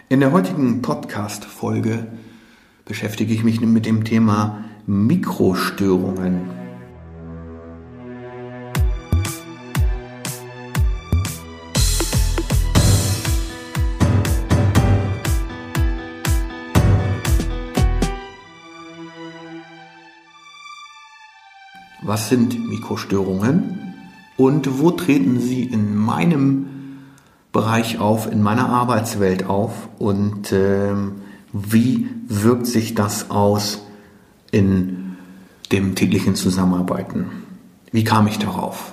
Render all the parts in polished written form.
In der heutigen Podcast-Folge beschäftige ich mich mit dem Thema Mikrostörungen. Was sind Mikrostörungen und wo treten sie in meinem Bereich auf, in meiner Arbeitswelt auf und wie wirkt sich das aus in dem täglichen Zusammenarbeiten? Wie kam ich darauf?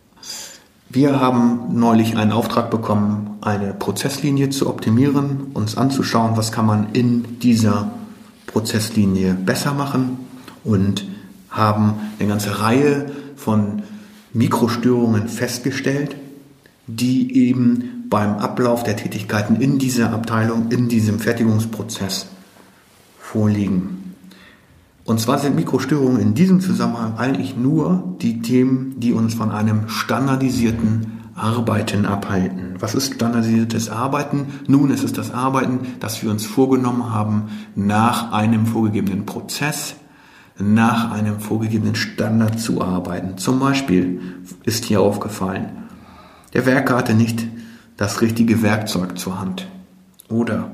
Wir haben neulich einen Auftrag bekommen, eine Prozesslinie zu optimieren, uns anzuschauen, was kann man in dieser Prozesslinie besser machen und haben eine ganze Reihe von Mikrostörungen festgestellt, die eben beim Ablauf der Tätigkeiten in dieser Abteilung, in diesem Fertigungsprozess vorliegen. Und zwar sind Mikrostörungen in diesem Zusammenhang eigentlich nur die Themen, die uns von einem standardisierten Arbeiten abhalten. Was ist standardisiertes Arbeiten? Nun, es ist das Arbeiten, das wir uns vorgenommen haben, nach einem vorgegebenen Prozess, nach einem vorgegebenen Standard zu arbeiten. Zum Beispiel ist hier aufgefallen, der Werker hatte nicht das richtige Werkzeug zur Hand. Oder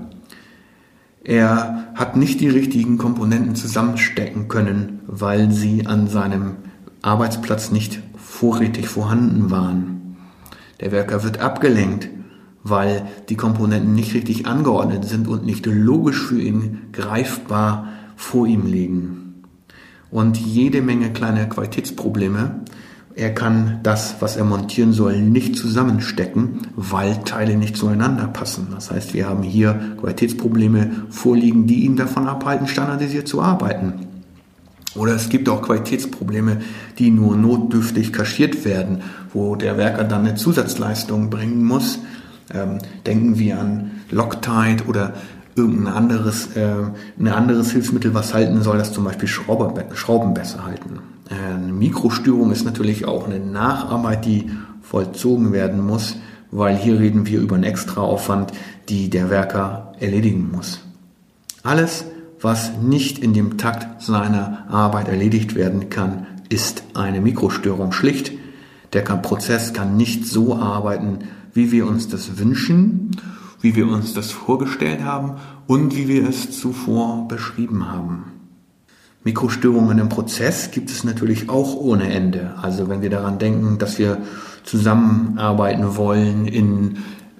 er hat nicht die richtigen Komponenten zusammenstecken können, weil sie an seinem Arbeitsplatz nicht vorrätig vorhanden waren. Der Werker wird abgelenkt, weil die Komponenten nicht richtig angeordnet sind und nicht logisch für ihn greifbar vor ihm liegen. Und jede Menge kleine Qualitätsprobleme. Er kann das, was er montieren soll, nicht zusammenstecken, weil Teile nicht zueinander passen. Das heißt, wir haben hier Qualitätsprobleme vorliegen, die ihn davon abhalten, standardisiert zu arbeiten. Oder es gibt auch Qualitätsprobleme, die nur notdürftig kaschiert werden, wo der Werker dann eine Zusatzleistung bringen muss. Denken wir an Loctite oder irgendein anderes Hilfsmittel, was halten soll, das zum Beispiel Schrauben besser halten. Eine Mikrostörung ist natürlich auch eine Nacharbeit, die vollzogen werden muss, weil hier reden wir über einen Extraaufwand, die der Werker erledigen muss. Alles, was nicht in dem Takt seiner Arbeit erledigt werden kann, ist eine Mikrostörung. Schlicht, der Prozess kann nicht so arbeiten, wie wir uns das wünschen, wie wir uns das vorgestellt haben und wie wir es zuvor beschrieben haben. Mikrostörungen im Prozess gibt es natürlich auch ohne Ende. Also wenn wir daran denken, dass wir zusammenarbeiten wollen in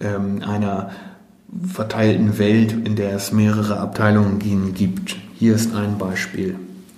einer verteilten Welt, in der es mehrere Abteilungen gibt. Hier ist ein Beispiel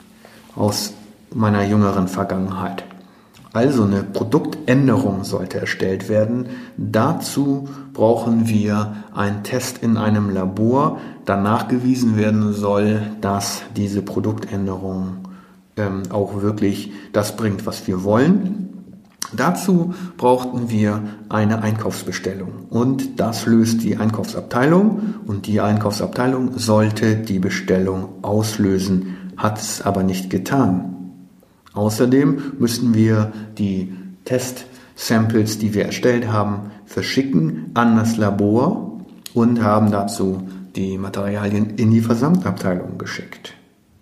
aus meiner jüngeren Vergangenheit. Also eine Produktänderung sollte erstellt werden. Dazu brauchen wir einen Test in einem Labor, da nachgewiesen werden soll, dass diese Produktänderung auch wirklich das bringt, was wir wollen. Dazu brauchten wir eine Einkaufsbestellung und das löst die Einkaufsabteilung und die Einkaufsabteilung sollte die Bestellung auslösen, hat es aber nicht getan. Außerdem müssten wir die Test-Samples, die wir erstellt haben, verschicken an das Labor und haben dazu die Materialien in die Versandabteilung geschickt.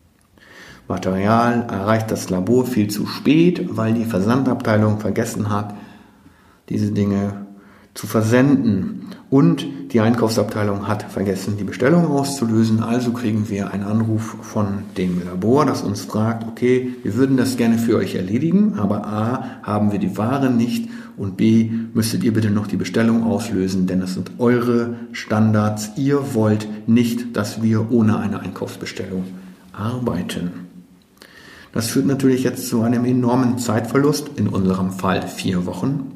Material erreicht das Labor viel zu spät, weil die Versandabteilung vergessen hat, diese Dinge zu versenden. Und die Einkaufsabteilung hat vergessen, die Bestellung auszulösen. Also kriegen wir einen Anruf von dem Labor, das uns fragt, okay, wir würden das gerne für euch erledigen, aber A, haben wir die Ware nicht und B, müsstet ihr bitte noch die Bestellung auslösen, denn das sind eure Standards. Ihr wollt nicht, dass wir ohne eine Einkaufsbestellung arbeiten. Das führt natürlich jetzt zu einem enormen Zeitverlust, in unserem Fall 4 Wochen.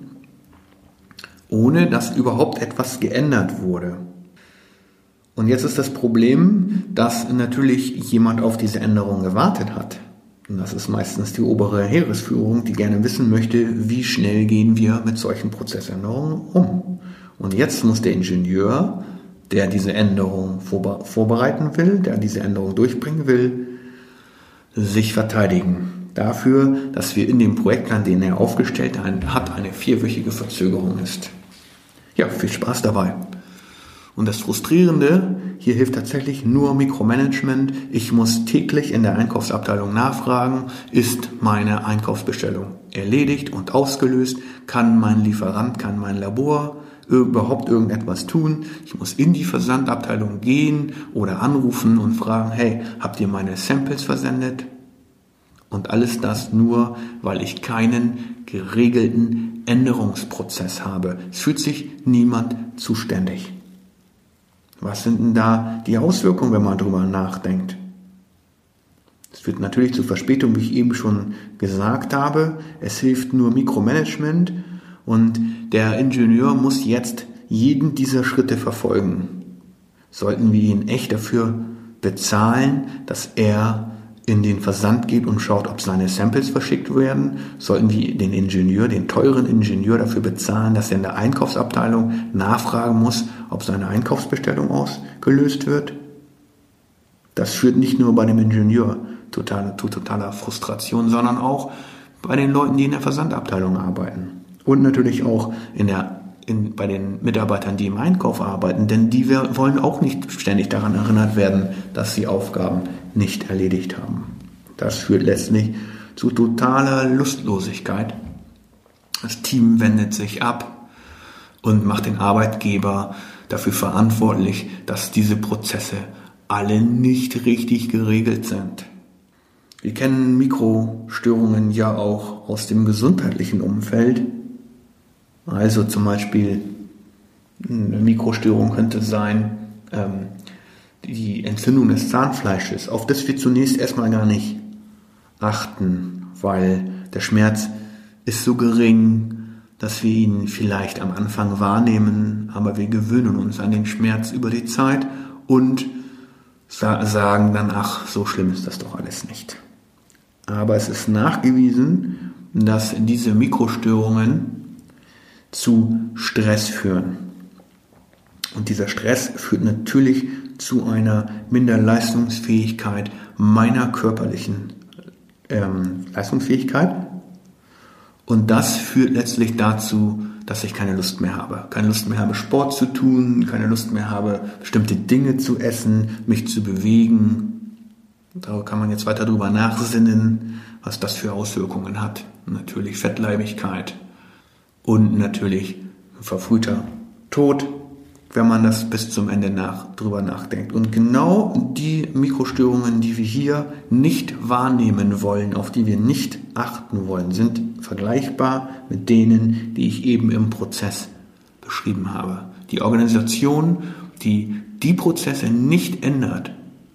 Ohne dass überhaupt etwas geändert wurde. Und jetzt ist das Problem, dass natürlich jemand auf diese Änderung gewartet hat. Und das ist meistens die obere Heeresführung, die gerne wissen möchte, wie schnell gehen wir mit solchen Prozessänderungen um. Und jetzt muss der Ingenieur, der diese Änderung vorbereiten will, der diese Änderung durchbringen will, sich verteidigen. Dafür, dass wir in dem Projektplan, den er aufgestellt hat, eine 4-wöchige Verzögerung ist. Ja, viel Spaß dabei. Und das Frustrierende, hier hilft tatsächlich nur Mikromanagement. Ich muss täglich in der Einkaufsabteilung nachfragen, ist meine Einkaufsbestellung erledigt und ausgelöst? Kann mein Lieferant, kann mein Labor überhaupt irgendetwas tun? Ich muss in die Versandabteilung gehen oder anrufen und fragen, hey, habt ihr meine Samples versendet? Und alles das nur, weil ich keinen geregelten Änderungsprozess habe. Es fühlt sich niemand zuständig. Was sind denn da die Auswirkungen, wenn man drüber nachdenkt? Es führt natürlich zu Verspätung, wie ich eben schon gesagt habe. Es hilft nur Mikromanagement und der Ingenieur muss jetzt jeden dieser Schritte verfolgen. Sollten wir ihn echt dafür bezahlen, dass er in den Versand geht und schaut, ob seine Samples verschickt werden? Sollten wir den Ingenieur, den teuren Ingenieur dafür bezahlen, dass er in der Einkaufsabteilung nachfragen muss, ob seine Einkaufsbestellung ausgelöst wird? Das führt nicht nur bei dem Ingenieur zu totaler Frustration, sondern auch bei den Leuten, die in der Versandabteilung arbeiten. Und natürlich auch bei den Mitarbeitern, die im Einkauf arbeiten, denn die wollen auch nicht ständig daran erinnert werden, dass sie Aufgaben nicht erledigt haben. Das führt letztlich zu totaler Lustlosigkeit. Das Team wendet sich ab und macht den Arbeitgeber dafür verantwortlich, dass diese Prozesse alle nicht richtig geregelt sind. Wir kennen Mikrostörungen ja auch aus dem gesundheitlichen Umfeld. Also zum Beispiel eine Mikrostörung könnte sein, die Entzündung des Zahnfleisches, auf das wir zunächst erstmal gar nicht achten, weil der Schmerz ist so gering, dass wir ihn vielleicht am Anfang wahrnehmen, aber wir gewöhnen uns an den Schmerz über die Zeit und sagen dann, ach, so schlimm ist das doch alles nicht. Aber es ist nachgewiesen, dass diese Mikrostörungen zu Stress führen. Und dieser Stress führt natürlich zu einer Minderleistungsfähigkeit meiner körperlichen Leistungsfähigkeit. Und das führt letztlich dazu, dass ich keine Lust mehr habe. Keine Lust mehr habe, Sport zu tun, keine Lust mehr habe, bestimmte Dinge zu essen, mich zu bewegen. Da kann man jetzt weiter drüber nachsinnen, was das für Auswirkungen hat. Natürlich Fettleibigkeit und natürlich verfrühter Tod, wenn man das bis zum Ende drüber nachdenkt. Und genau die Mikrostörungen, die wir hier nicht wahrnehmen wollen, auf die wir nicht achten wollen, sind vergleichbar mit denen, die ich eben im Prozess beschrieben habe. Die Organisation, die Prozesse nicht ändert,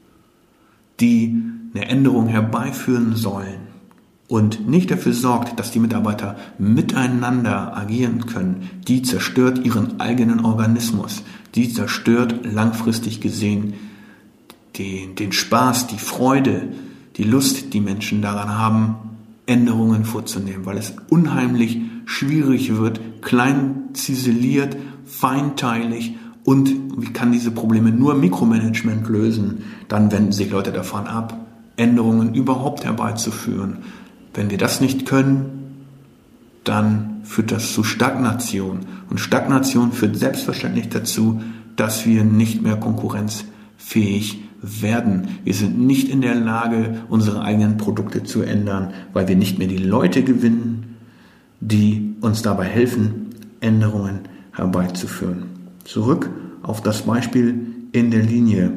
die eine Änderung herbeiführen sollen und nicht dafür sorgt, dass die Mitarbeiter miteinander agieren können, die zerstört ihren eigenen Organismus, die zerstört langfristig gesehen den Spaß, die Freude, die Lust, die Menschen daran haben, Änderungen vorzunehmen, weil es unheimlich schwierig wird, klein ziseliert, feinteilig und wie kann diese Probleme nur Mikromanagement lösen, dann wenden sich Leute davon ab, Änderungen überhaupt herbeizuführen. Wenn wir das nicht können, dann führt das zu Stagnation. Und Stagnation führt selbstverständlich dazu, dass wir nicht mehr konkurrenzfähig werden. Wir sind nicht in der Lage, unsere eigenen Produkte zu ändern, weil wir nicht mehr die Leute gewinnen, die uns dabei helfen, Änderungen herbeizuführen. Zurück auf das Beispiel in der Linie.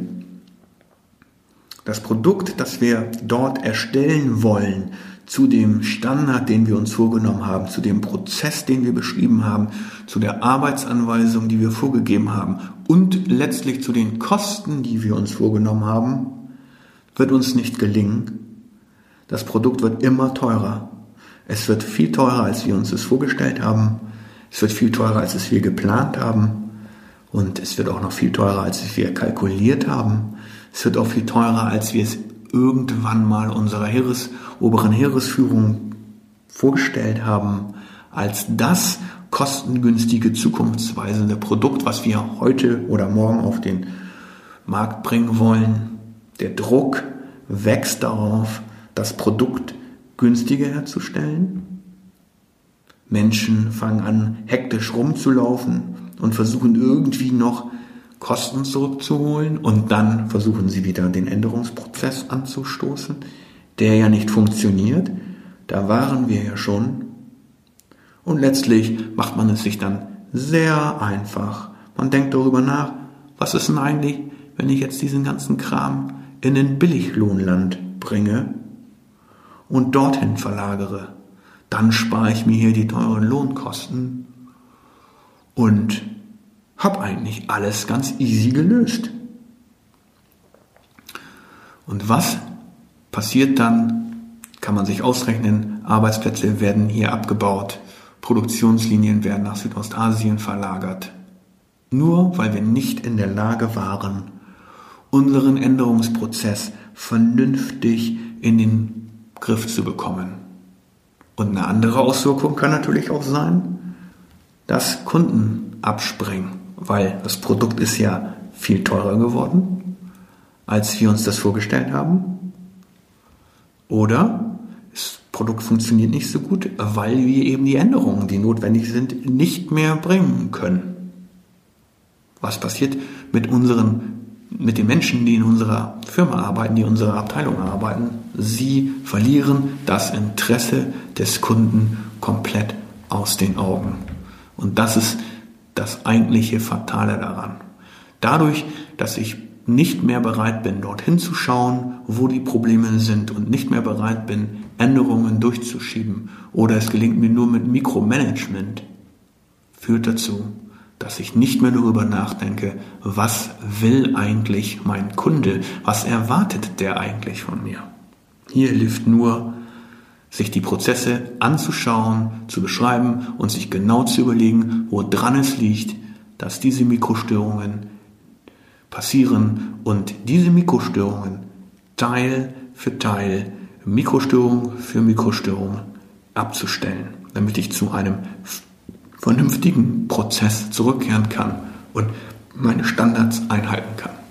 Das Produkt, das wir dort erstellen wollen, zu dem Standard, den wir uns vorgenommen haben, zu dem Prozess, den wir beschrieben haben, zu der Arbeitsanweisung, die wir vorgegeben haben und letztlich zu den Kosten, die wir uns vorgenommen haben, wird uns nicht gelingen. Das Produkt wird immer teurer. Es wird viel teurer, als wir uns es vorgestellt haben. Es wird viel teurer, als es wir geplant haben. Und es wird auch noch viel teurer, als wir kalkuliert haben. Es wird auch viel teurer, als wir es irgendwann mal unserer oberen Heeresführung vorgestellt haben, als das kostengünstige, zukunftsweisende Produkt, was wir heute oder morgen auf den Markt bringen wollen. Der Druck wächst darauf, das Produkt günstiger herzustellen. Menschen fangen an, hektisch rumzulaufen und versuchen irgendwie noch Kosten zurückzuholen und dann versuchen sie wieder den Änderungsprozess anzustoßen, der ja nicht funktioniert. Da waren wir ja schon. Und letztlich macht man es sich dann sehr einfach. Man denkt darüber nach, was ist denn eigentlich, wenn ich jetzt diesen ganzen Kram in ein Billiglohnland bringe und dorthin verlagere. Dann spare ich mir hier die teuren Lohnkosten und habe eigentlich alles ganz easy gelöst. Und was passiert dann, kann man sich ausrechnen. Arbeitsplätze werden hier abgebaut, Produktionslinien werden nach Südostasien verlagert. Nur weil wir nicht in der Lage waren, unseren Änderungsprozess vernünftig in den Griff zu bekommen. Und eine andere Auswirkung kann natürlich auch sein, dass Kunden abspringen, weil das Produkt ist ja viel teurer geworden, als wir uns das vorgestellt haben. Oder das Produkt funktioniert nicht so gut, weil wir eben die Änderungen, die notwendig sind, nicht mehr bringen können. Was passiert mit den Menschen, die in unserer Firma arbeiten, die in unserer Abteilung arbeiten? Sie verlieren das Interesse des Kunden komplett aus den Augen. Und das ist das eigentliche Fatale daran. Dadurch, dass ich nicht mehr bereit bin, dorthin zu schauen, wo die Probleme sind und nicht mehr bereit bin, Änderungen durchzuschieben oder es gelingt mir nur mit Mikromanagement, führt dazu, dass ich nicht mehr darüber nachdenke, was will eigentlich mein Kunde, was erwartet der eigentlich von mir. Hier hilft nur, sich die Prozesse anzuschauen, zu beschreiben und sich genau zu überlegen, woran es liegt, dass diese Mikrostörungen passieren und diese Mikrostörungen Teil für Teil, Mikrostörung für Mikrostörung abzustellen, damit ich zu einem vernünftigen Prozess zurückkehren kann und meine Standards einhalten kann.